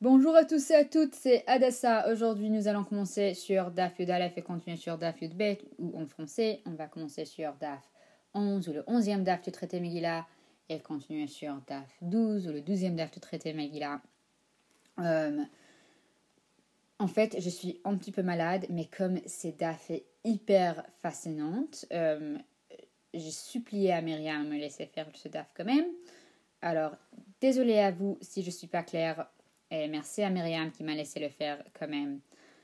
Bonjour à tous et à toutes, c'est Adassa. Aujourd'hui, nous allons commencer sur Daf Yud Aleph et continuer sur Daf Yud Bet, ou en français, on va commencer sur Daf 11 ou le 11e Daf du traité Megillah et continuer sur Daf 12 ou le 12e Daf du traité Megillah. En fait, je suis un petit peu malade, mais comme cette Daf est hyper fascinante, j'ai supplié à Myriam de me laisser faire ce Daf quand même. Alors, désolée à vous si je ne suis pas claire. Et merci à Myriam qui m'a laissé le faire quand même.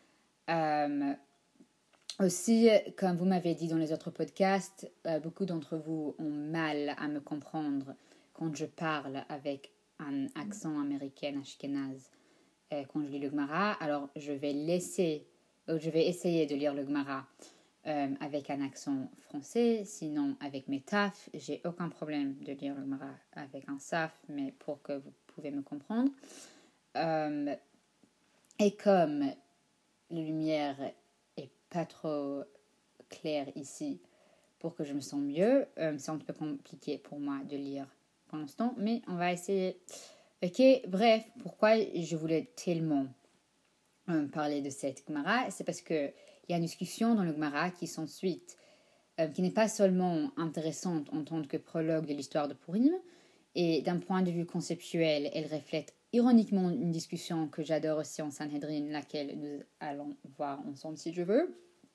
Aussi, comme vous m'avez dit dans les autres podcasts, beaucoup d'entre vous ont mal à me comprendre quand je parle avec un accent américain ashkénaze quand je lis le Gemara. Alors, je vais essayer de lire le Gemara avec un accent français. Sinon, avec mes tafs, j'ai aucun problème de lire le Gemara avec un saf, mais pour que vous pouvez me comprendre. Et comme la lumière est pas trop claire ici pour que je me sente mieux, c'est un peu compliqué pour moi de lire pour l'instant, mais on va essayer. Ok, bref, pourquoi je voulais tellement parler de cette Gemara, c'est parce qu'il y a une discussion dans le Gemara qui s'ensuit, qui n'est pas seulement intéressante en tant que prologue de l'histoire de Purim, et d'un point de vue conceptuel, elle reflète ironiquement une discussion que j'adore aussi en Sanhedrin, laquelle nous allons voir ensemble si je veux.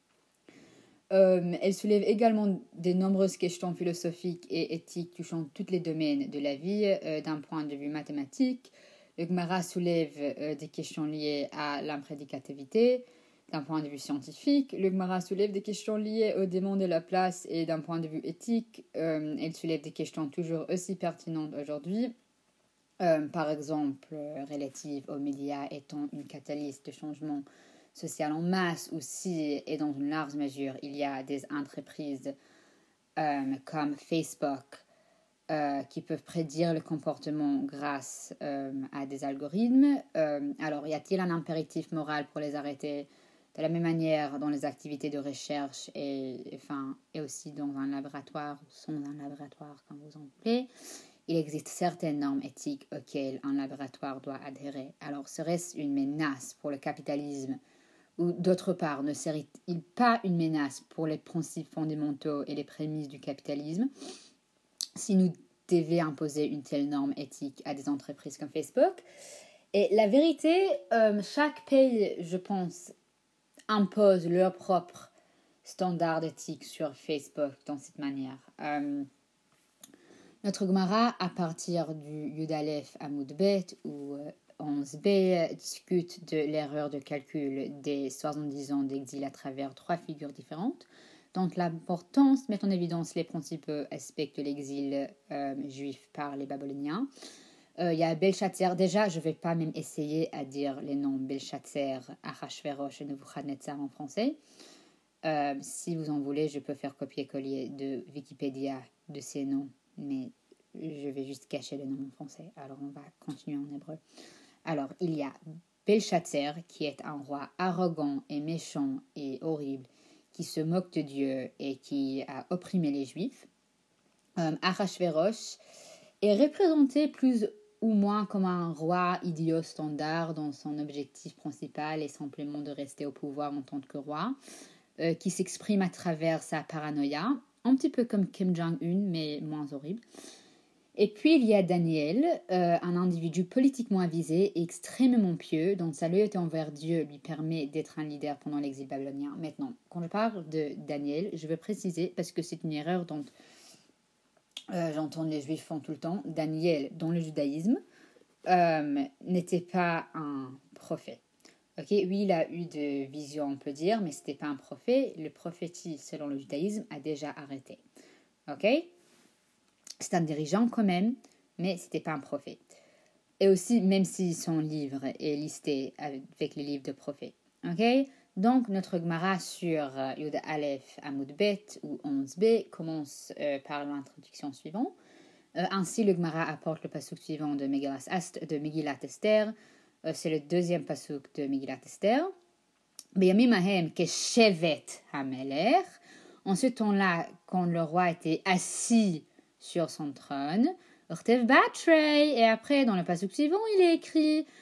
Elle soulève également de nombreuses questions philosophiques et éthiques touchant tous les domaines de la vie d'un point de vue mathématique. Le Gemara soulève des questions liées à l'imprédicativité d'un point de vue scientifique. Le Gemara soulève des questions liées au démon de la place et d'un point de vue éthique. Elle soulève des questions toujours aussi pertinentes aujourd'hui. Par exemple, relative aux médias étant une catalyse de changement social en masse aussi, et dans une large mesure, il y a des entreprises comme Facebook qui peuvent prédire le comportement grâce à des algorithmes. Alors, y a-t-il un impératif moral pour les arrêter de la même manière dans les activités de recherche et aussi dans un laboratoire ou sans un laboratoire, comme vous en voulez? Il existe certaines normes éthiques auxquelles un laboratoire doit adhérer. Alors, serait-ce une menace pour le capitalisme ou d'autre part, ne serait-il pas une menace pour les principes fondamentaux et les prémices du capitalisme si nous devions imposer une telle norme éthique à des entreprises comme Facebook? Et la vérité, chaque pays, je pense, impose leur propre standard éthique sur Facebook dans cette manière. Notre Gemara, à partir du Yud Aleph Amud Bet ou 11b, discute de l'erreur de calcul des 70 ans d'exil à travers 3 figures différentes, dont l'importance met en évidence les principaux aspects de l'exil juif par les Babyloniens. Il y a Belshazzar. Déjà, je ne vais pas même essayer à dire les noms Belshazzar, Achashverosh et Nebuchadnezzar en français. Si vous en voulez, je peux faire copier-coller de Wikipédia de ces noms, mais je vais juste cacher le nom en français. Alors, on va continuer en hébreu. Alors, il y a Belshazzar, qui est un roi arrogant et méchant et horrible, qui se moque de Dieu et qui a opprimé les Juifs. Achashverosh est représenté plus ou moins comme un roi idiot standard dont son objectif principal est simplement de rester au pouvoir en tant que roi, qui s'exprime à travers sa paranoïa, un petit peu comme Kim Jong-un, mais moins horrible. Et puis il y a Daniel, un individu politiquement avisé et extrêmement pieux, dont sa loyauté envers Dieu lui permet d'être un leader pendant l'exil babylonien. Maintenant, quand je parle de Daniel, je veux préciser, parce que c'est une erreur dont j'entends les Juifs font tout le temps, Daniel, dans le judaïsme, n'était pas un prophète. Okay, oui, il a eu de visions, on peut dire, mais ce n'était pas un prophète. Le prophétie, selon le judaïsme, a déjà arrêté. Ok? C'est un dirigeant quand même, mais ce n'était pas un prophète. Et aussi, même si son livre est listé avec les livres de prophètes. Ok? Donc, notre Gemara sur Yud Aleph Amud Bet ou 11b commence par l'introduction suivante. Ainsi, le Gemara apporte le pasuk suivant de Megillat Esther. C'est le deuxième pasuk de Megillat Esther. Beyamim ahem keshevet hamelech. En ce temps-là, quand le roi était assis sur son trône, Urtev Batrei. Et après, dans le pasuk suivant, il est écrit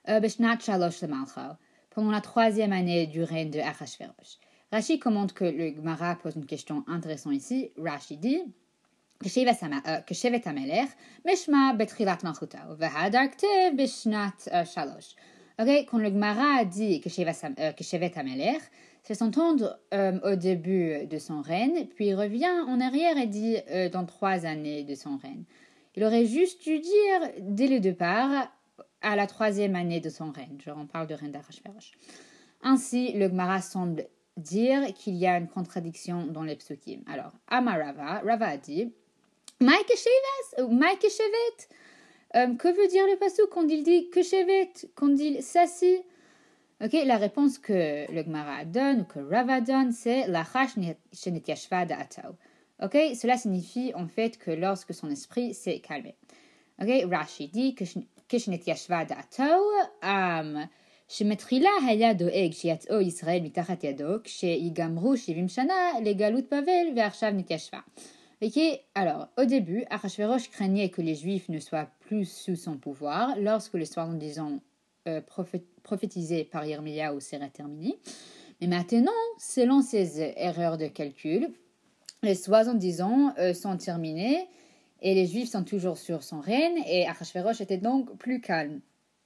Beshnat Shalosh Lemalcha, pendant la 3e année du règne de Achashverosh. Rashi commente que le Gemara pose une question intéressante ici. Rashi dit que Shevet HaMelech Meshma Betrilat Malchuta Vehadar Ktev Beshnat Shalosh. Ok, quand le Gemara a dit que Shevet HaMelech, c'est s'entendre au début de son règne, puis il revient en arrière et dit dans 3 années de son règne. Il aurait juste dû dire dès le départ à la 3e année de son règne. Genre on parle de règne d'Achashverosh. Ainsi, le Gemara semble dire qu'il y a une contradiction dans les psukim. Alors, Amarava, Rava a dit Maïke Shevet. Que veut dire le pasuk quand il dit que Shevet, quand il dit Sassi? Ok, la réponse que le Gemara donne, ou que Rava donne, c'est Lachash Shenetiashva Da'atao. Ok, cela signifie en fait que lorsque son esprit s'est calmé. Ok, Rashi dit que Shenetiashva Da'atao, שמתחילה היה דואג שיצאו ישראל מתחת ידו כשיגמרו 70 שנה לגלות בבל ועכשיו נתיישבה. Ok, alors, au début, Achashverosh craignait que les Juifs ne soient plus sous son pouvoir lorsque le soi-disant prophétisé par Yirmiyahu serait terminé. Mais maintenant, selon ces erreurs de calcul, les soi-disant sont terminés et les Juifs sont toujours sur son règne et Achashverosh était donc plus calme.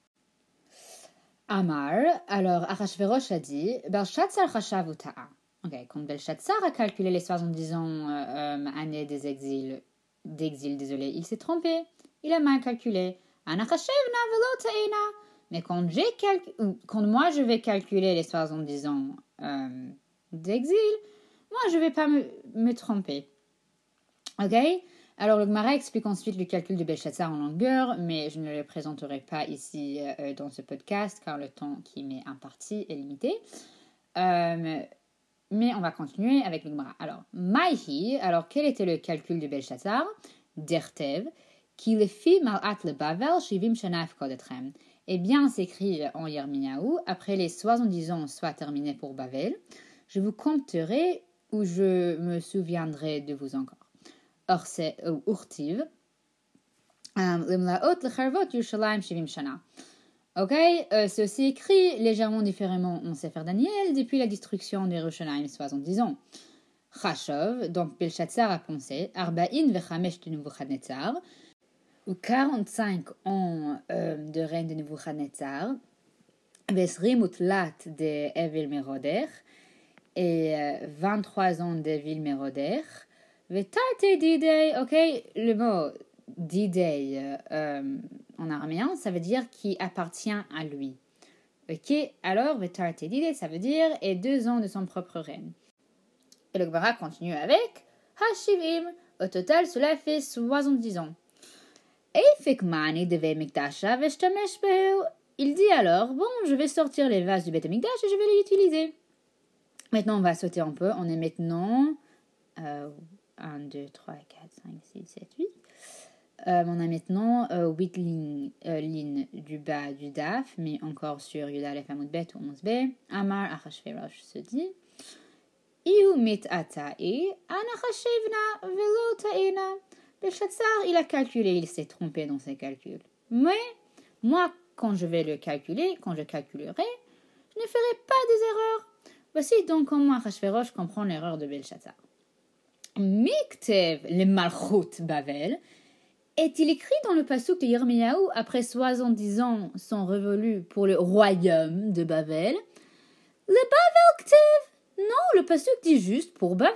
Amar, alors Achashverosh a dit, Belshazzar chashav uta'a. Ok, quand Belshazzar a calculé les 70 années d'exil, il s'est trompé, il a mal calculé. Anachashevna velo ta'ena. Mais quand moi je vais calculer les 70 ans d'exil, moi je ne vais pas me tromper. Ok? Alors, le Gemara explique ensuite le calcul de Belshazzar en longueur, mais je ne le présenterai pas ici dans ce podcast, car le temps qui m'est imparti est limité. Mais on va continuer avec le Gemara. Alors, Maïhi, alors quel était le calcul de Belshazzar? Dertev, qui le fit mal'at le Bavel, shivim shanaf kodetrem. Eh bien, s'écrit en Yirmiyahu, après les 70 ans soit terminés pour Bavel, je vous compterai ou je me souviendrai de vous encore. Or, c'est Urtiv. Limlaot lecharvot Yerushalayim shivim shana. Ok, c'est aussi écrit légèrement différemment en Sefer Daniel depuis la destruction de Yerushalayim 70 ans. Chashov, donc Belshazzar a pensé, Arba'in vechamesh de Nebuchadnezzar, ou 45 ans de règne de Nebuchadnezzar, Vesrim utlat de Evil Meroder, et 23 ans d'Evil Meroder, Vetarte Didei, ok, le mot Didei en araméen, ça veut dire qui appartient à lui. Ok, alors Vetarte Didei, ça veut dire et 2 ans de son propre règne. Et le Gemara continue avec Hashivim, au total cela fait 70 ans. Efekmani devait Mikdasha veshtamesh behu. Il dit alors, bon, je vais sortir les vases du Beth Amikdash et je vais les utiliser. Maintenant, on va sauter un peu. On est maintenant 1, 2, 3, 4, 5, 6, 7, 8. On a maintenant 8 lignes du bas du DAF, mais encore sur Yudalef Amud Bet ou 11b. Amar Achashverosh se dit Ihu mit ata'i anachashevna velo ta'ena. Belshazzar, il a calculé, il s'est trompé dans ses calculs. Mais moi, quand je vais le calculer, quand je calculerai, je ne ferai pas des erreurs. Voici donc comment Achashverosh comprend l'erreur de Belshazzar. Miktev le Malchut Bavel est-il écrit dans le pasuk de Yirmiyahu après 70 ans sont révolus pour le royaume de Bavel? Le Bavel Ktev. Non, le pasuk dit juste pour Bavel.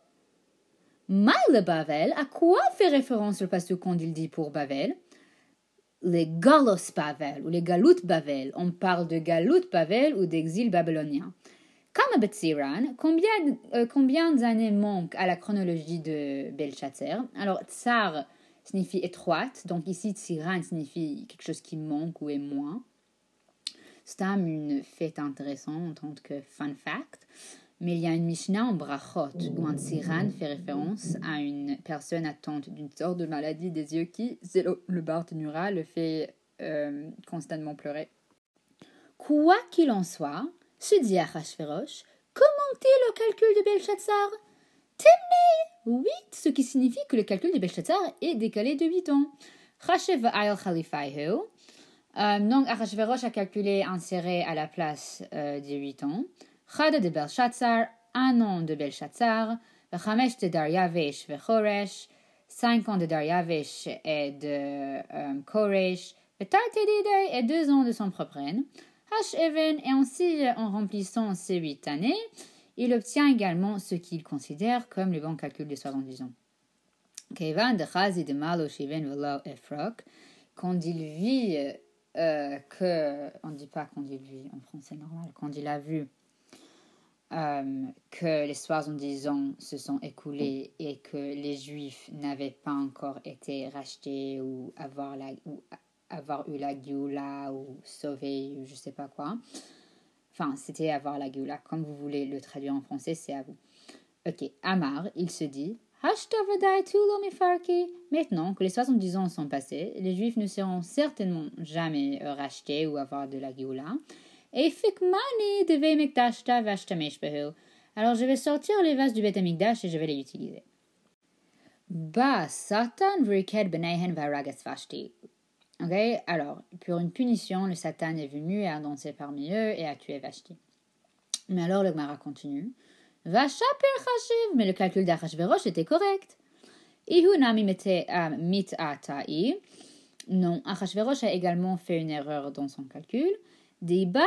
Maï le Bavel, à quoi fait référence le pasuk quand il dit pour Bavel? Les Galos Bavel ou les Galut Bavel. On parle de Galut Bavel ou d'exil babylonien. Comme à Betsiran, combien d'années manquent à la chronologie de Belshazzar? Alors, Tsar signifie étroite, donc ici Tsiran signifie quelque chose qui manque ou est moins. C'est une fête intéressante en tant que fun fact. Mais il y a une Mishnah en Brachot où un Tsiran fait référence à une personne atteinte d'une sorte de maladie des yeux qui, c'est le Barthénura, le fait constamment pleurer. Quoi qu'il en soit, se dit Achashverosh, commentez le calcul de Belshazzar. Temne 8, ce qui signifie que le calcul de Belshazzar est décalé de 8 ans. Chashev va'ayel chalifayhu. Donc, Achashverosh a calculé un serré à la place des 8 ans. Chada de Belshazzar, 1 an de Belshazzar. Chamesh de Daryavesh Vechoresh, 5 ans de Daryavesh et de Koresh. Vetartedide et 2 ans de son propre règne. Hash-Even, et ainsi, en remplissant ces 8 années, il obtient également ce qu'il considère comme le bon calcul des 70 ans. Kevan de Chazi de Malo Shiven Velo Efrok, quand il vit on ne dit pas quand il vit en français normal, quand il a vu que les 70 ans se sont écoulés et que les Juifs n'avaient pas encore été rachetés ou avoir eu la Géoula ou sauvé ou je sais pas quoi. Enfin, c'était avoir la Géoula. Comme vous voulez le traduire en français, c'est à vous. Ok, Amar, il se dit maintenant que les 70 ans sont passés, les Juifs ne seront certainement jamais rachetés ou avoir de la Géoula. Et fikmani devait mekdashta vashtamesh behil. Alors je vais sortir les vases du Beth Amikdash et je vais les utiliser. Ba Satan vriked benehen varagas vashti. Ok, alors pour une punition, le Satan est venu et a dansé parmi eux et a tué Vashti. Mais alors le Gemara continue. Vashaper chashiv, mais le calcul d'Achashverosh était correct. Ihu nami mit'atai. Non, Achashverosh a également fait une erreur dans son calcul. Car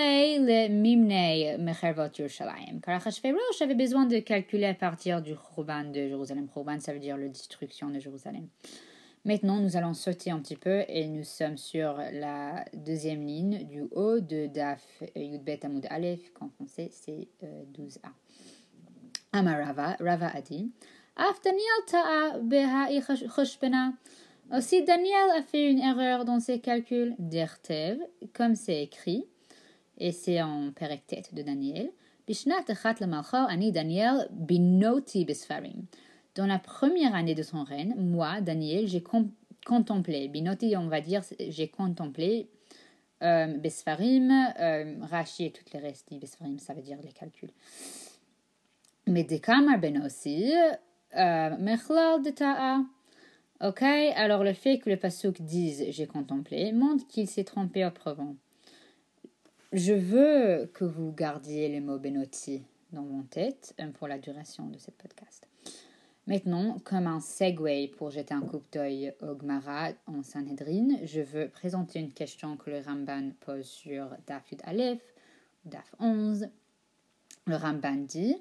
Achashverosh avait besoin de calculer à partir du Khurban de Jérusalem. Khurban, ça veut dire la destruction de Jérusalem. Maintenant, nous allons sauter un petit peu et nous sommes sur la deuxième ligne du haut de Daf Yudbet Amud Aleph, qu'en français c'est 12a. Amarava, Rava a dit Af Daniel ta'a beha'i choshbena. Aussi, Daniel a fait une erreur dans ses calculs d'Ertev, comme c'est écrit, et c'est en Perektet de Daniel. Bishnat echat lemalcho ani Daniel binoti besfarim. Dans la première année de son règne, moi, Daniel, j'ai contemplé, binoti, on va dire, j'ai contemplé besfarim, Rashi et toutes les restes, besfarim, ça veut dire les calculs. Mais dekamar benosi, mechlal de ta'a. Ok, alors le fait que le pasuk dise « j'ai contemplé » montre qu'il s'est trompé auparavant. Je veux que vous gardiez les mots benoti dans mon tête pour la duration de cette podcast. Maintenant, comme un segue pour jeter un coup d'œil au Gemara en Sanhedrin, je veux présenter une question que le Ramban pose sur Daf Yud Aleph, Daf 11. Le Ramban dit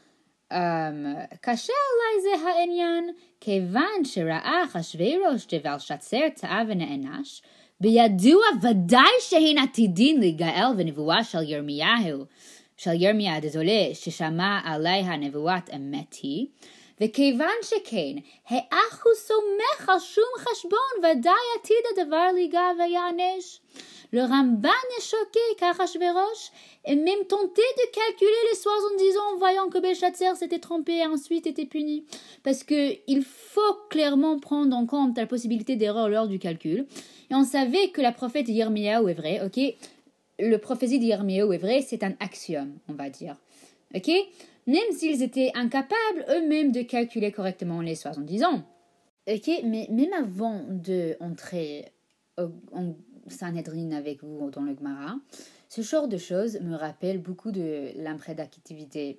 קשה עלי זה העניין, כיוון שראה אחשוורוש דבלשצר טעה ונענש, בידוע ודאי שהן עתידין להיגאל ונבואה של ירמיה דזולה, ששמע עליה נבואת אמת היא, וכיוון שכן, האח הוא סומך על שום חשבון, ודאי עתיד הדבר להיגאל ויענש. Le Ramban est choqué qu'Achashverosh ait même tenté de calculer les 70 ans en voyant que Belshazzar s'était trompé et ensuite était puni. Parce qu'il faut clairement prendre en compte la possibilité d'erreur lors du calcul. Et on savait que la prophète Yirmiyahu est vraie, ok? Le prophétie d'Yirmiyahu est vrai, c'est un axiome, on va dire. Ok? Même s'ils étaient incapables eux-mêmes de calculer correctement les 70 ans. Ok? Mais même avant d'entrer en Sanhedrin avec vous dans le Gemara, ce genre de choses me rappelle beaucoup de l'imprédicativité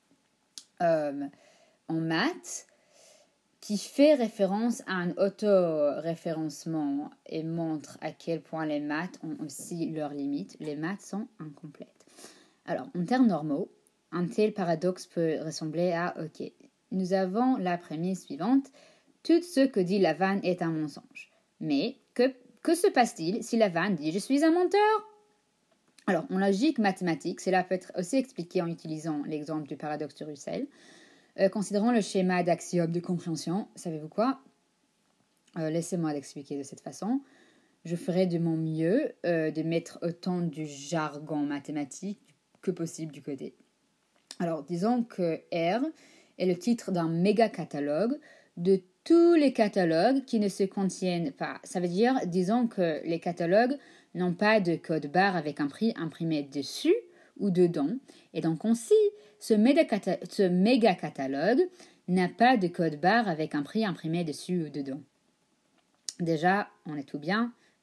en maths qui fait référence à un auto-référencement et montre à quel point les maths ont aussi leurs limites. Les maths sont incomplètes. Alors, en termes normaux, un tel paradoxe peut ressembler à « Ok, nous avons la prémisse suivante, tout ce que dit Lavan est un mensonge. Mais que se passe-t-il si Lavan dit « Je suis un menteur ?» Alors, en logique mathématique, cela peut être aussi expliqué en utilisant l'exemple du paradoxe de Russell. Considérant le schéma d'axiome de compréhension, savez-vous quoi? Laissez-moi l'expliquer de cette façon. Je ferai de mon mieux de mettre autant du jargon mathématique que possible du côté. Alors, disons que R est le titre d'un méga catalogue de tous les catalogues qui ne se contiennent pas. Ça veut dire, disons que les catalogues n'ont pas de code barre avec un prix imprimé dessus ou dedans. Et donc ainsi, ce méga catalogue n'a pas de code barre avec un prix imprimé dessus ou dedans. Déjà, on est tout bien.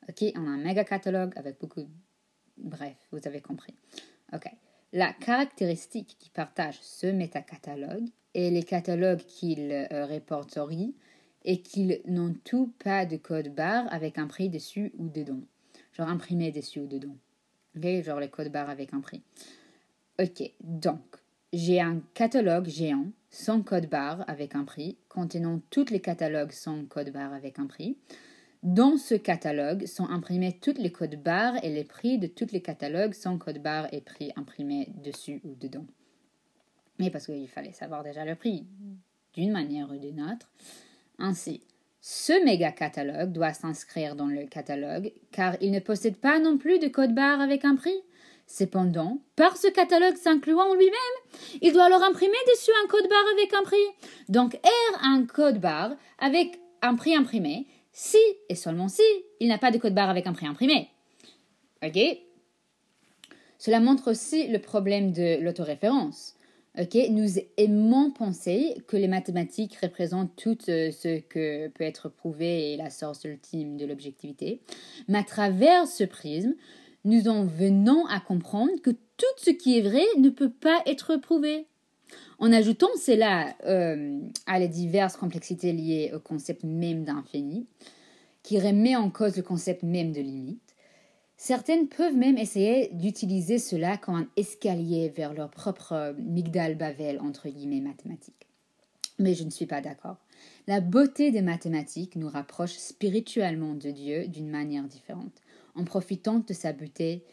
Ok, on a un méga catalogue avec beaucoup... Bref, vous avez compris. Ok. La caractéristique qui partage ce métacatalogue et les catalogues qu'il répertorie est qu'ils n'ont tous pas de code barre avec un prix dessus ou dedans. Genre imprimé dessus ou dedans. Ok, genre les codes barres avec un prix. Ok, donc, j'ai un catalogue géant sans code barre avec un prix, contenant tous les catalogues sans code barre avec un prix. Dans ce catalogue sont imprimés tous les codes barres et les prix de tous les catalogues sans code barre et prix imprimés dessus ou dedans. Mais parce qu'il fallait savoir déjà le prix d'une manière ou d'une autre. Ainsi, ce méga catalogue doit s'inscrire dans le catalogue car il ne possède pas non plus de code barre avec un prix. Cependant, par ce catalogue s'incluant en lui-même, il doit alors imprimer dessus un code barre avec un prix. Donc R a un code barre avec un prix imprimé si et seulement si il n'a pas de code barre avec un prix imprimé. Ok? Cela montre aussi le problème de l'autoréférence. Ok, nous aimons penser que les mathématiques représentent tout ce que peut être prouvé et la source ultime de l'objectivité, mais à travers ce prisme, nous en venons à comprendre que tout ce qui est vrai ne peut pas être prouvé. En ajoutant cela à les diverses complexités liées au concept même d'infini, qui remet en cause le concept même de limite, certaines peuvent même essayer d'utiliser cela comme un escalier vers leur propre Migdal Bavel, entre guillemets, mathématique. Mais je ne suis pas d'accord. La beauté des mathématiques nous rapproche spirituellement de Dieu d'une manière différente, en profitant de sa beauté,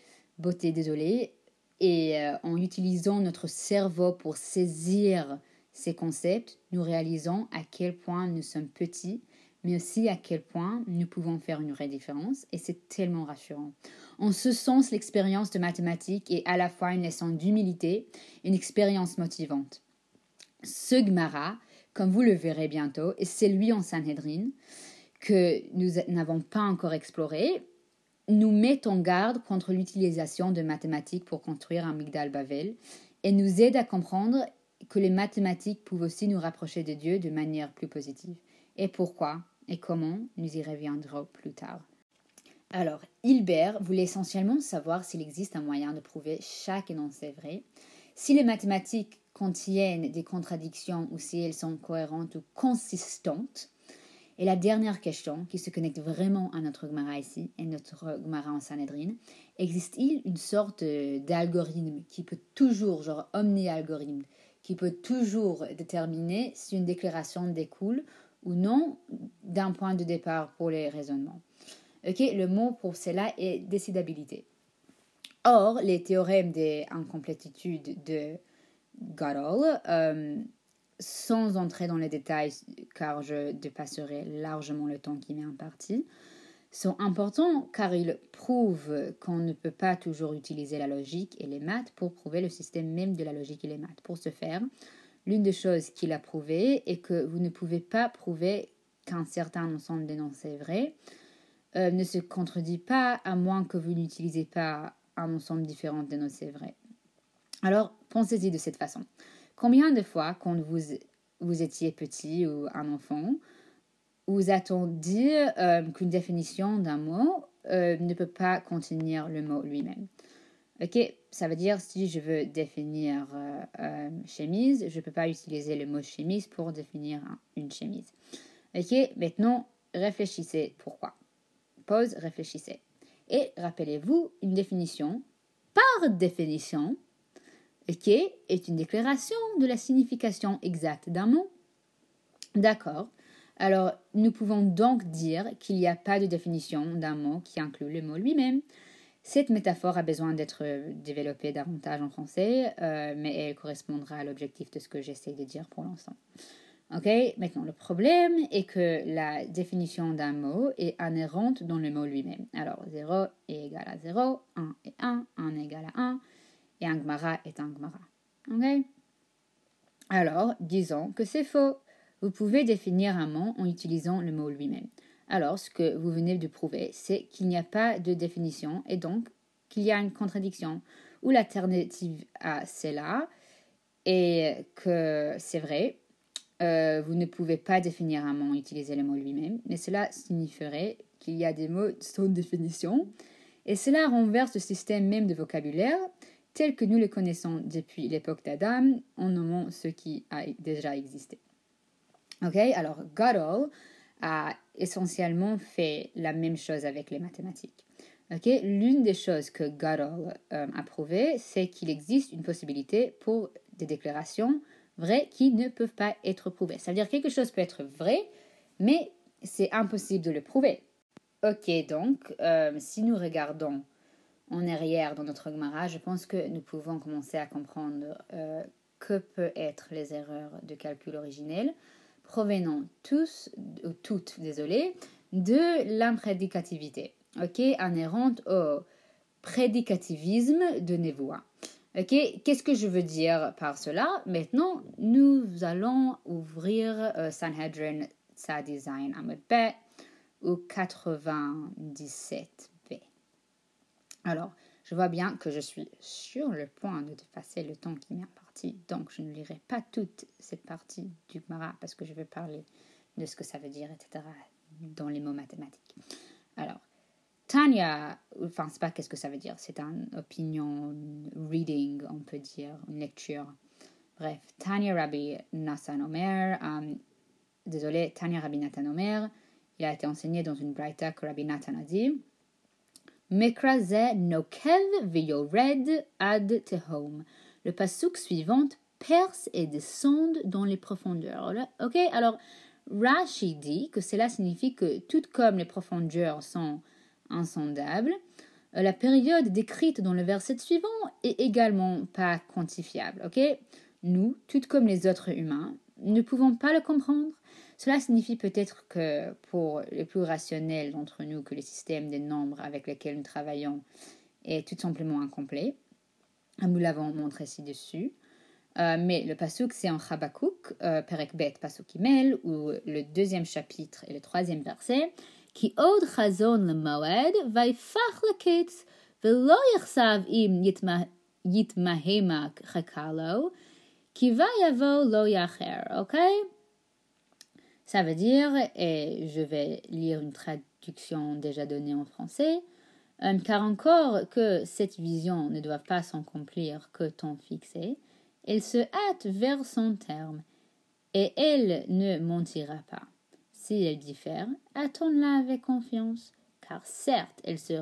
et en utilisant notre cerveau pour saisir ces concepts, nous réalisons à quel point nous sommes petits, mais aussi à quel point nous pouvons faire une vraie différence, et c'est tellement rassurant. En ce sens, l'expérience de mathématiques est à la fois une leçon d'humilité et une expérience motivante. Ce Gemara, comme vous le verrez bientôt, est celui en Sanhedrin que nous n'avons pas encore exploré, nous met en garde contre l'utilisation de mathématiques pour construire un Migdal Bavel et nous aide à comprendre que les mathématiques peuvent aussi nous rapprocher de Dieu de manière plus positive. Et pourquoi et comment, nous y reviendrons plus tard. Alors, Hilbert voulait essentiellement savoir s'il existe un moyen de prouver chaque énoncé vrai, si les mathématiques contiennent des contradictions ou si elles sont cohérentes ou consistantes. Et la dernière question, qui se connecte vraiment à notre Gemara ici, et notre Gemara en Sanhedrin, existe-t-il une sorte d'algorithme qui peut toujours, genre omni-algorithme, qui peut toujours déterminer si une déclaration découle ou non d'un point de départ pour les raisonnements? Ok, le mot pour cela est décidabilité. Or, les théorèmes d'incomplétitude de Gödel, sans entrer dans les détails car je dépasserai largement le temps qui m'est imparti, sont importants car ils prouvent qu'on ne peut pas toujours utiliser la logique et les maths pour prouver le système même de la logique et les maths. Pour ce faire, l'une des choses qu'il a prouvé est que vous ne pouvez pas prouver qu'un certain ensemble d'énoncés vrais ne se contredit pas à moins que vous n'utilisez pas un ensemble différent d'énoncés vrais. Alors, pensez-y de cette façon. Combien de fois, quand vous étiez petit ou un enfant, vous a-t-on dit qu'une définition d'un mot ne peut pas contenir le mot lui-même? Ok, ça veut dire si je veux définir chemise, je ne peux pas utiliser le mot chemise pour définir une chemise. Ok, maintenant réfléchissez pourquoi. Pause, réfléchissez. Et rappelez-vous, une définition, par définition, ok, est une déclaration de la signification exacte d'un mot. D'accord. Alors, nous pouvons donc dire qu'il n'y a pas de définition d'un mot qui inclut le mot lui-même. Cette métaphore a besoin d'être développée davantage en français, mais elle correspondra à l'objectif de ce que j'essaie de dire pour l'instant. Ok, maintenant le problème est que la définition d'un mot est inhérente dans le mot lui-même. Alors 0 est égal à 0, 1 est 1, 1 est égal à 1, et un Gemara est un Gemara. Ok? Alors, disons que c'est faux. Vous pouvez définir un mot en utilisant le mot lui-même. Alors, ce que vous venez de prouver, c'est qu'il n'y a pas de définition et donc qu'il y a une contradiction ou l'alternative à cela et que c'est vrai. Vous ne pouvez pas définir un mot, utiliser le mot lui-même, mais cela signifierait qu'il y a des mots sans définition, et cela renverse le système même de vocabulaire tel que nous le connaissons depuis l'époque d'Adam, en nommant ce qui a déjà existé. Ok, alors Gödel a essentiellement fait la même chose avec les mathématiques. Okay? L'une des choses que Gödel a prouvé, c'est qu'il existe une possibilité pour des déclarations vraies qui ne peuvent pas être prouvées. Ça veut dire que quelque chose peut être vrai, mais c'est impossible de le prouver. Ok, donc, si nous regardons en arrière dans notre Gemara, je pense que nous pouvons commencer à comprendre que peuvent être les erreurs de calcul originelles provenant toutes, de l'imprédicativité, inhérente au prédicativisme de Nevoa. Qu'est-ce que je veux dire par cela? Maintenant, nous allons ouvrir Sanhedrin Tzadizayin Amud Bet au 97b. Alors, je vois bien que je suis sur le point de dépasser le temps qui m'est imparti, donc je ne lirai pas toute cette partie du Gemara parce que je vais parler de ce que ça veut dire, etc., dans les mots mathématiques. Alors, Tanya, enfin, c'est pas qu'est-ce que ça veut dire, c'est un opinion reading, on peut dire, une lecture. Bref, Tanya Rabbi Nathan Omer, Tanya Rabbi Nathan Omer, il a été enseigné dans une braïta que Rabbi Nathan a dit Mekra ze nokev veyored ad tehom. Le pasuk suivant perce et descend dans les profondeurs. Ok, alors Rashi dit que cela signifie que tout comme les profondeurs sont insondables, la période décrite dans le verset suivant est également pas quantifiable. Ok, nous, tout comme les autres humains, ne pouvons pas le comprendre. Cela signifie peut-être que pour les plus rationnels d'entre nous, que le système des nombres avec lesquels nous travaillons est tout simplement incomplet. Nous l'avons montré ci-dessus. Mais le pasuk, c'est en Habakkuk, Perek Bet, pasuk Imel, où le 2e chapitre et le 3e verset, Ki od chazon le moed, vaifach le ketz, velo yachsav im yitmahemak chakalo, ki va yavo lo yacher, ok? Ça veut dire, et je vais lire une traduction déjà donnée en français, car encore que cette vision ne doit pas s'accomplir que temps fixé, elle se hâte vers son terme, et elle ne mentira pas. Si elle diffère, attends-la avec confiance, car certes elle se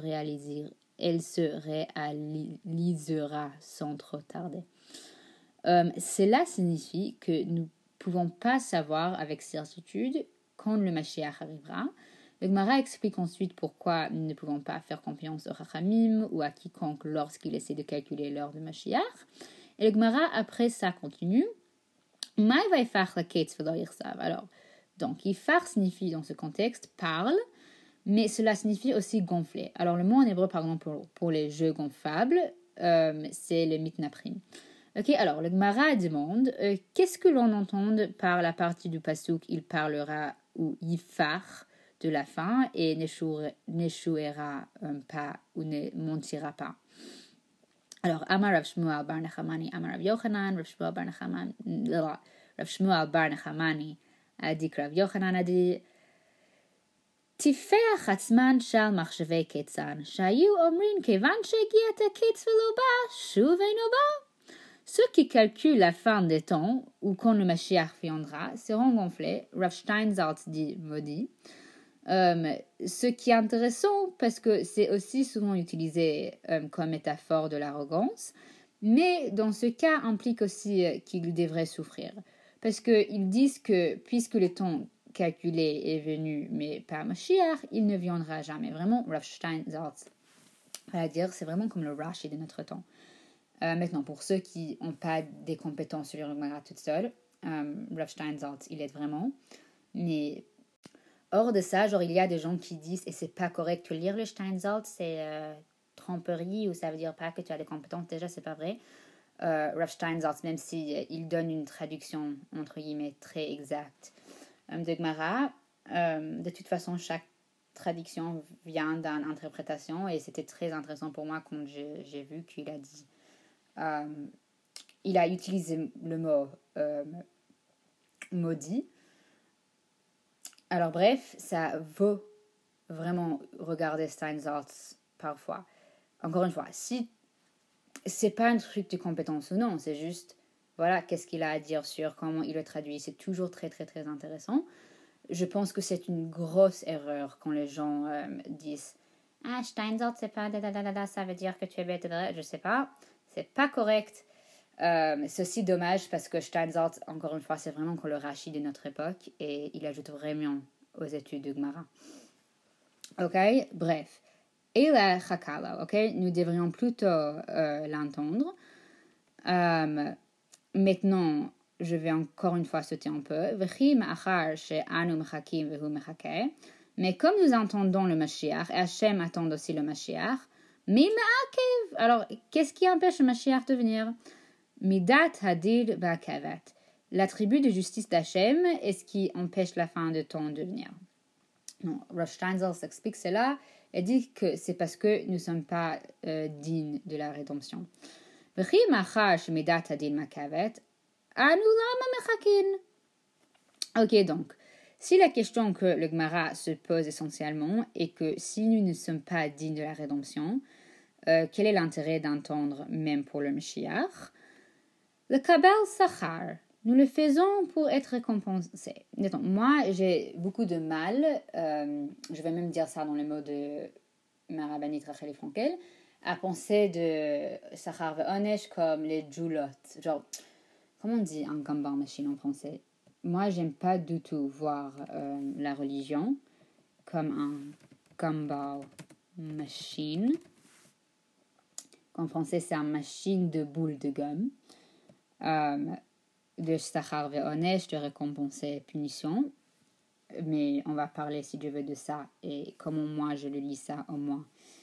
réalisera sans trop tarder. Cela signifie que nous pouvons pas savoir avec certitude quand le Mashiach arrivera. Le Gemara explique ensuite pourquoi nous ne pouvons pas faire confiance au Chachamim ou à quiconque lorsqu'il essaie de calculer l'heure de Mashiach. Et le Gemara, après ça, continue. Alors, donc, Yifar signifie dans ce contexte parle, mais cela signifie aussi gonfler. Alors, le mot en hébreu, par exemple, pour les jeux gonflables, c'est le mitnaprim. Ok, alors le Gemara demande qu'est-ce que l'on entend par la partie du pasuk il parlera ou yifar de la fin et n'échouera pas ou ne mentira pas. Alors Amar Rav Shmuel bar Nechamani Amar Rav Yochanan Rav Shmuel bar Nechamani a dit que Rav Yochanan a dit טיפח עצמן של מחשבי קצן, שהיו אומרים כיוון שהגיע את הקץ ולא בא, שוב אינו בא. Ceux qui calculent la fin des temps, ou quand le Mashiach viendra, seront gonflés. Rav Steinsaltz dit maudit. Ce qui est intéressant parce que c'est aussi souvent utilisé comme métaphore de l'arrogance, mais dans ce cas implique aussi qu'ils devraient souffrir. Parce qu'ils disent que puisque le temps calculé est venu, mais pas Mashiach, il ne viendra jamais. Vraiment, Rav Steinsaltz va dire, c'est vraiment comme le Rashi de notre temps. Maintenant, pour ceux qui n'ont pas des compétences sur le Gemara toute seule, Rav Steinsaltz, il aide vraiment. Mais hors de ça, genre, il y a des gens qui disent, et c'est pas correct de lire le Steinsaltz, c'est tromperie, ou ça veut dire pas que tu as des compétences, déjà, c'est pas vrai. Rav Steinsaltz, même si il donne une traduction, entre guillemets, très exacte de Gemara, de toute façon, chaque traduction vient d'une interprétation, et c'était très intéressant pour moi quand j'ai vu qu'il a dit il a utilisé le mot maudit. Alors bref, ça vaut vraiment regarder Steinsaltz parfois. Encore une fois, si c'est pas un truc de compétence ou non, c'est juste, voilà, qu'est-ce qu'il a à dire sur comment il le traduit. C'est toujours très, très, très intéressant. Je pense que c'est une grosse erreur quand les gens disent « Ah, Steinsaltz, c'est pas ça veut dire que tu es bête. » Je sais pas, c'est pas correct. C'est aussi dommage parce que Steinsaltz, encore une fois, c'est vraiment le Rashi de notre époque et il ajoute vraiment aux études de Gemara. Ok, bref. Et la Chakala, ok, nous devrions plutôt l'entendre. Maintenant, je vais encore une fois sauter un peu. Mais comme nous entendons le Mashiach, et Hachem attend aussi le Mashiach, alors qu'est-ce qui empêche le Mashiach de venir? Midat hadid ba'kavat. L'attribut de justice d'Hachem est ce qui empêche la fin de temps de venir. Rosh Steinsaltz explique cela et dit que c'est parce que nous ne sommes pas dignes de la rédemption. Ok, donc, si la question que le Gemara se pose essentiellement est que si nous ne sommes pas dignes de la rédemption, quel est l'intérêt d'entendre même pour le Mashiach? Le Kabel Sachar, nous le faisons pour être récompensés. Moi, j'ai beaucoup de mal, je vais même dire ça dans les mots de ma rabbinite Rachel Frankel, à penser de Sachar ve'onesh comme les Julot. Genre, comment on dit un gambard machine en français? Moi, j'aime pas du tout voir la religion comme un gambard machine. En français, c'est une machine de boules de gomme. De Sachar ve'onesh, de récompenser et punition. Mais on va parler, si Dieu veut, de ça et comment moi je le lis ça au moins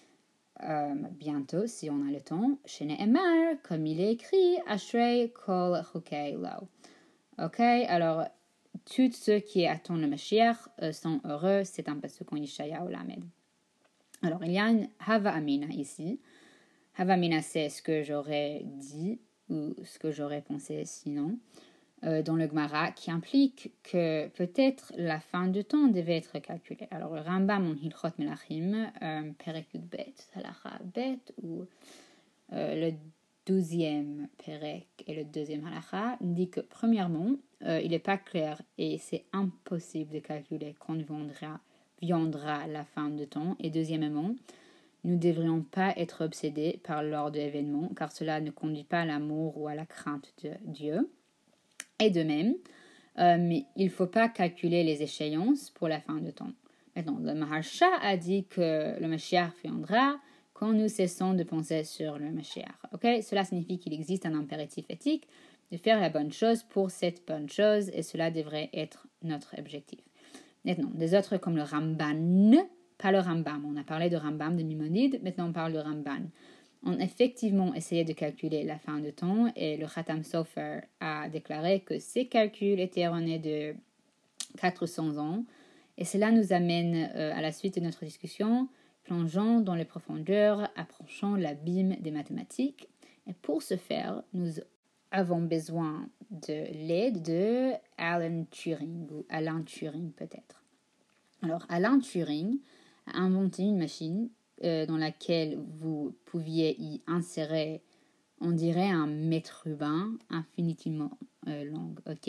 bientôt, si on a le temps. Chez Nehemar, comme il est écrit, Ashrei kol chukei lo. Ok, alors, tous ceux qui attendent le Mashiach sont heureux. C'est un passage en Yeshayahu Lamed. Alors, il y a une Hava Amina ici. Hava Amina, c'est ce que j'aurais dit ou ce que j'aurais pensé sinon dans le Gemara, qui implique que peut-être la fin du temps devait être calculée. Alors le Rambam en Hilchot Melachim, Perek Bet, Halacha Bet, ou le 12e Perek et le 2e Halacha, dit que premièrement, il n'est pas clair et c'est impossible de calculer quand viendra la fin du temps. Et deuxièmement, nous ne devrions pas être obsédés par l'ordre de l'événement, car cela ne conduit pas à l'amour ou à la crainte de Dieu. Et de même, mais il ne faut pas calculer les échéances pour la fin de temps. Maintenant, le Maharsha a dit que le Mashiach viendra quand nous cessons de penser sur le Mashiach. Okay? Cela signifie qu'il existe un impératif éthique de faire la bonne chose pour cette bonne chose et cela devrait être notre objectif. Maintenant, des autres comme le Ramban, pas le Rambam. On a parlé de Rambam, de Mimonide, maintenant on parle de Ramban. On a effectivement essayé de calculer la fin de temps et le Khatam Sofer a déclaré que ces calculs étaient erronés de 400 ans. Et cela nous amène à la suite de notre discussion, plongeant dans les profondeurs, approchant l'abîme des mathématiques. Et pour ce faire, nous avons besoin de l'aide de Alan Turing, ou Alan Turing peut-être. Alors, Alan Turing a inventé une machine dans laquelle vous pouviez y insérer, on dirait un mètre ruban infinitivement long, ok?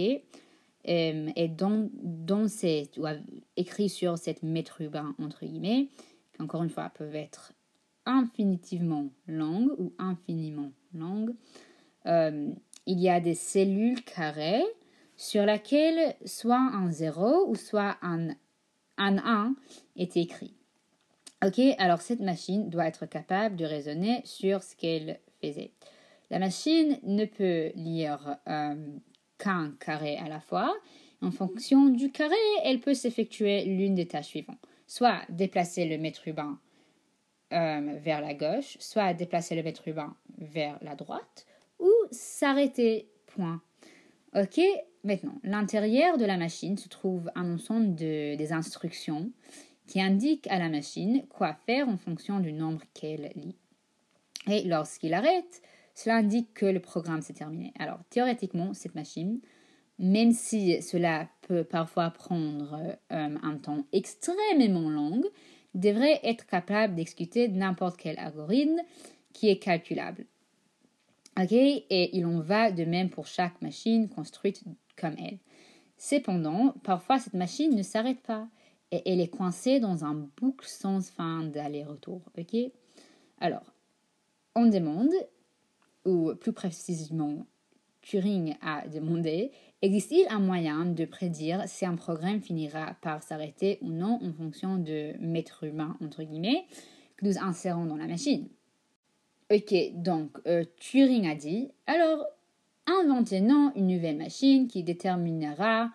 Et dans écrit sur cette mètre ruban, entre guillemets, qui encore une fois peuvent être infinitivement longues ou infiniment longues, il y a des cellules carrées sur lesquelles soit un 0 ou soit un 1 est écrit. Ok, alors cette machine doit être capable de raisonner sur ce qu'elle faisait. La machine ne peut lire qu'un carré à la fois. En fonction du carré, elle peut s'effectuer l'une des tâches suivantes. Soit déplacer le mètre ruban vers la gauche, soit déplacer le mètre ruban vers la droite, ou s'arrêter, point. Ok, maintenant, l'intérieur de la machine se trouve un ensemble des instructions qui indique à la machine quoi faire en fonction du nombre qu'elle lit. Et lorsqu'il arrête, cela indique que le programme s'est terminé. Alors, théoriquement, cette machine, même si cela peut parfois prendre un temps extrêmement long, devrait être capable d'exécuter n'importe quel algorithme qui est calculable. Ok, et il en va de même pour chaque machine construite comme elle. Cependant, parfois cette machine ne s'arrête pas et elle est coincée dans un boucle sans fin d'aller-retour. Ok, alors, on demande, ou plus précisément, Turing a demandé, existe-t-il un moyen de prédire si un programme finira par s'arrêter ou non en fonction de maître humain, entre guillemets, que nous insérons dans la machine? Ok, donc Turing a dit, alors inventez-nous une nouvelle machine qui déterminera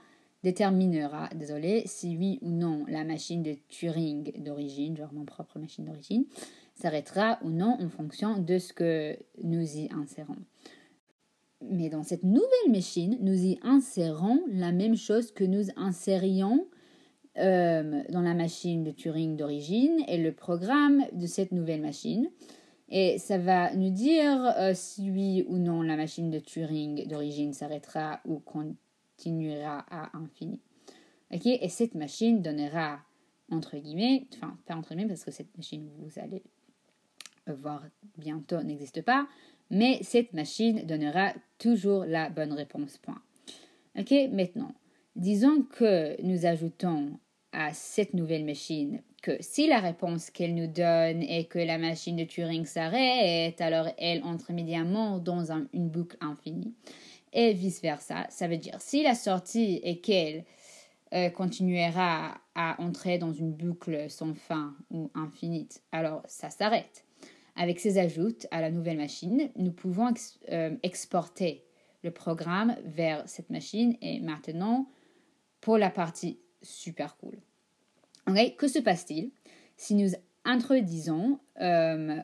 si oui ou non la machine de Turing d'origine, genre mon propre machine d'origine, s'arrêtera ou non en fonction de ce que nous y insérons. Mais dans cette nouvelle machine, nous y insérons la même chose que nous insérions dans la machine de Turing d'origine et le programme de cette nouvelle machine. Et ça va nous dire si oui ou non la machine de Turing d'origine s'arrêtera ou continuera à infini. Ok, et cette machine donnera, entre guillemets, enfin pas entre guillemets parce que cette machine, vous allez voir bientôt, n'existe pas, mais cette machine donnera toujours la bonne réponse, point. Ok, maintenant, disons que nous ajoutons à cette nouvelle machine que si la réponse qu'elle nous donne est que la machine de Turing s'arrête, alors elle entre immédiatement dans une boucle infinie. Et vice-versa, ça veut dire si la sortie est qu'elle continuera à entrer dans une boucle sans fin ou infinite, alors ça s'arrête. Avec ces ajouts à la nouvelle machine, nous pouvons exporter le programme vers cette machine. Et maintenant, pour la partie super cool. Okay, que se passe-t-il si nous introduisons dans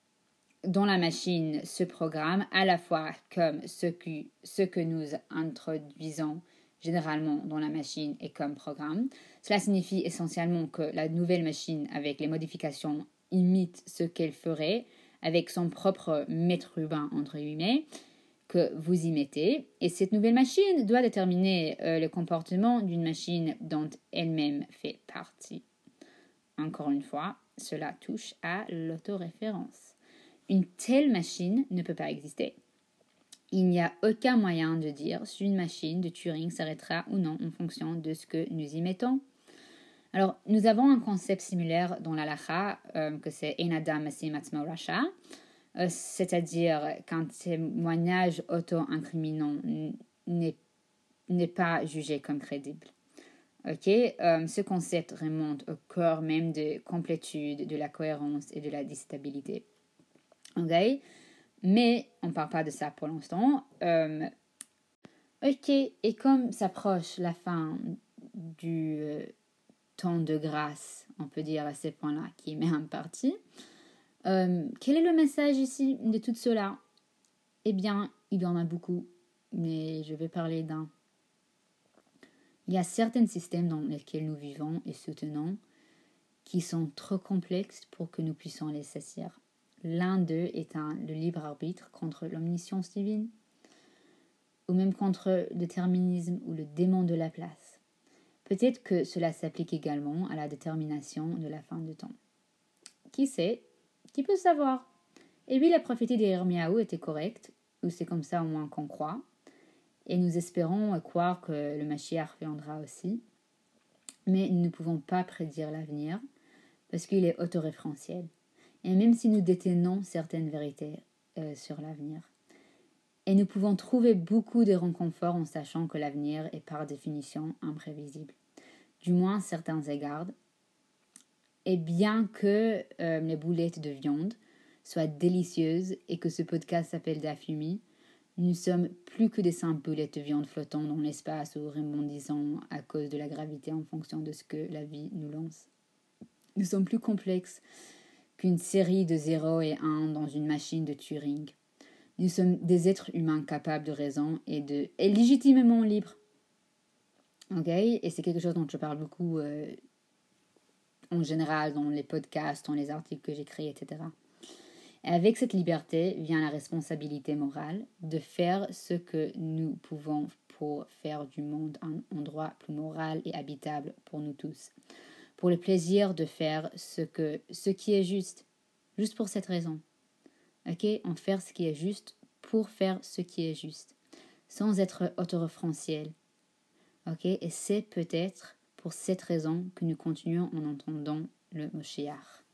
la machine ce programme à la fois comme ce que nous introduisons généralement dans la machine et comme programme? Cela signifie essentiellement que la nouvelle machine, avec les modifications, imite ce qu'elle ferait avec son propre maître humain, entre guillemets, que vous y mettez. Et cette nouvelle machine doit déterminer le comportement d'une machine dont elle-même fait partie. Encore une fois, cela touche à l'autoréférence. Une telle machine ne peut pas exister. Il n'y a aucun moyen de dire si une machine de Turing s'arrêtera ou non en fonction de ce que nous y mettons. Alors, nous avons un concept similaire dans l'halakha, que c'est Ein Adam Masim Atzmo Rasha, c'est-à-dire qu'un témoignage auto-incriminant n'est pas jugé comme crédible. Okay? Ce concept remonte au cœur même de complétude, de la cohérence et de la stabilité. Okay? Mais on ne parle pas de ça pour l'instant. Ok, et comme s'approche la fin du temps de grâce, on peut dire à ce point-là, qui est même parti, quel est le message ici de tout cela? Eh bien, il y en a beaucoup, mais je vais parler d'un. Il y a certains systèmes dans lesquels nous vivons et soutenons qui sont trop complexes pour que nous puissions les saisir. L'un d'eux est le libre arbitre contre l'omniscience divine, ou même contre le déterminisme ou le démon de la place. Peut-être que cela s'applique également à la détermination de la fin de temps. Qui sait? Qui peut savoir? Et oui, la prophétie d'Yirmiyahu était correcte, ou c'est comme ça au moins qu'on croit, et nous espérons croire que le Mashiach viendra aussi, mais nous ne pouvons pas prédire l'avenir, parce qu'il est autoréférentiel. Et même si nous détenons certaines vérités sur l'avenir, et nous pouvons trouver beaucoup de réconfort en sachant que l'avenir est par définition imprévisible, du moins certains égards. Et bien que les boulettes de viande soient délicieuses et que ce podcast s'appelle Dafumi, nous sommes plus que des simples boulettes de viande flottant dans l'espace ou rebondissant à cause de la gravité en fonction de ce que la vie nous lance. Nous sommes plus complexes qu'une série de 0 et 1 dans une machine de Turing. Nous sommes des êtres humains capables de raison et légitimement libres. Okay? Et c'est quelque chose dont je parle beaucoup en général dans les podcasts, dans les articles que j'écris, etc. Et avec cette liberté vient la responsabilité morale de faire ce que nous pouvons pour faire du monde un endroit plus moral et habitable pour nous tous. pour le plaisir de faire ce qui est juste pour cette raison. Ok, on fait ce qui est juste pour faire ce qui est juste, sans être autoréférentiel. Ok, et c'est peut-être pour cette raison que nous continuons en entendant le Moshiach.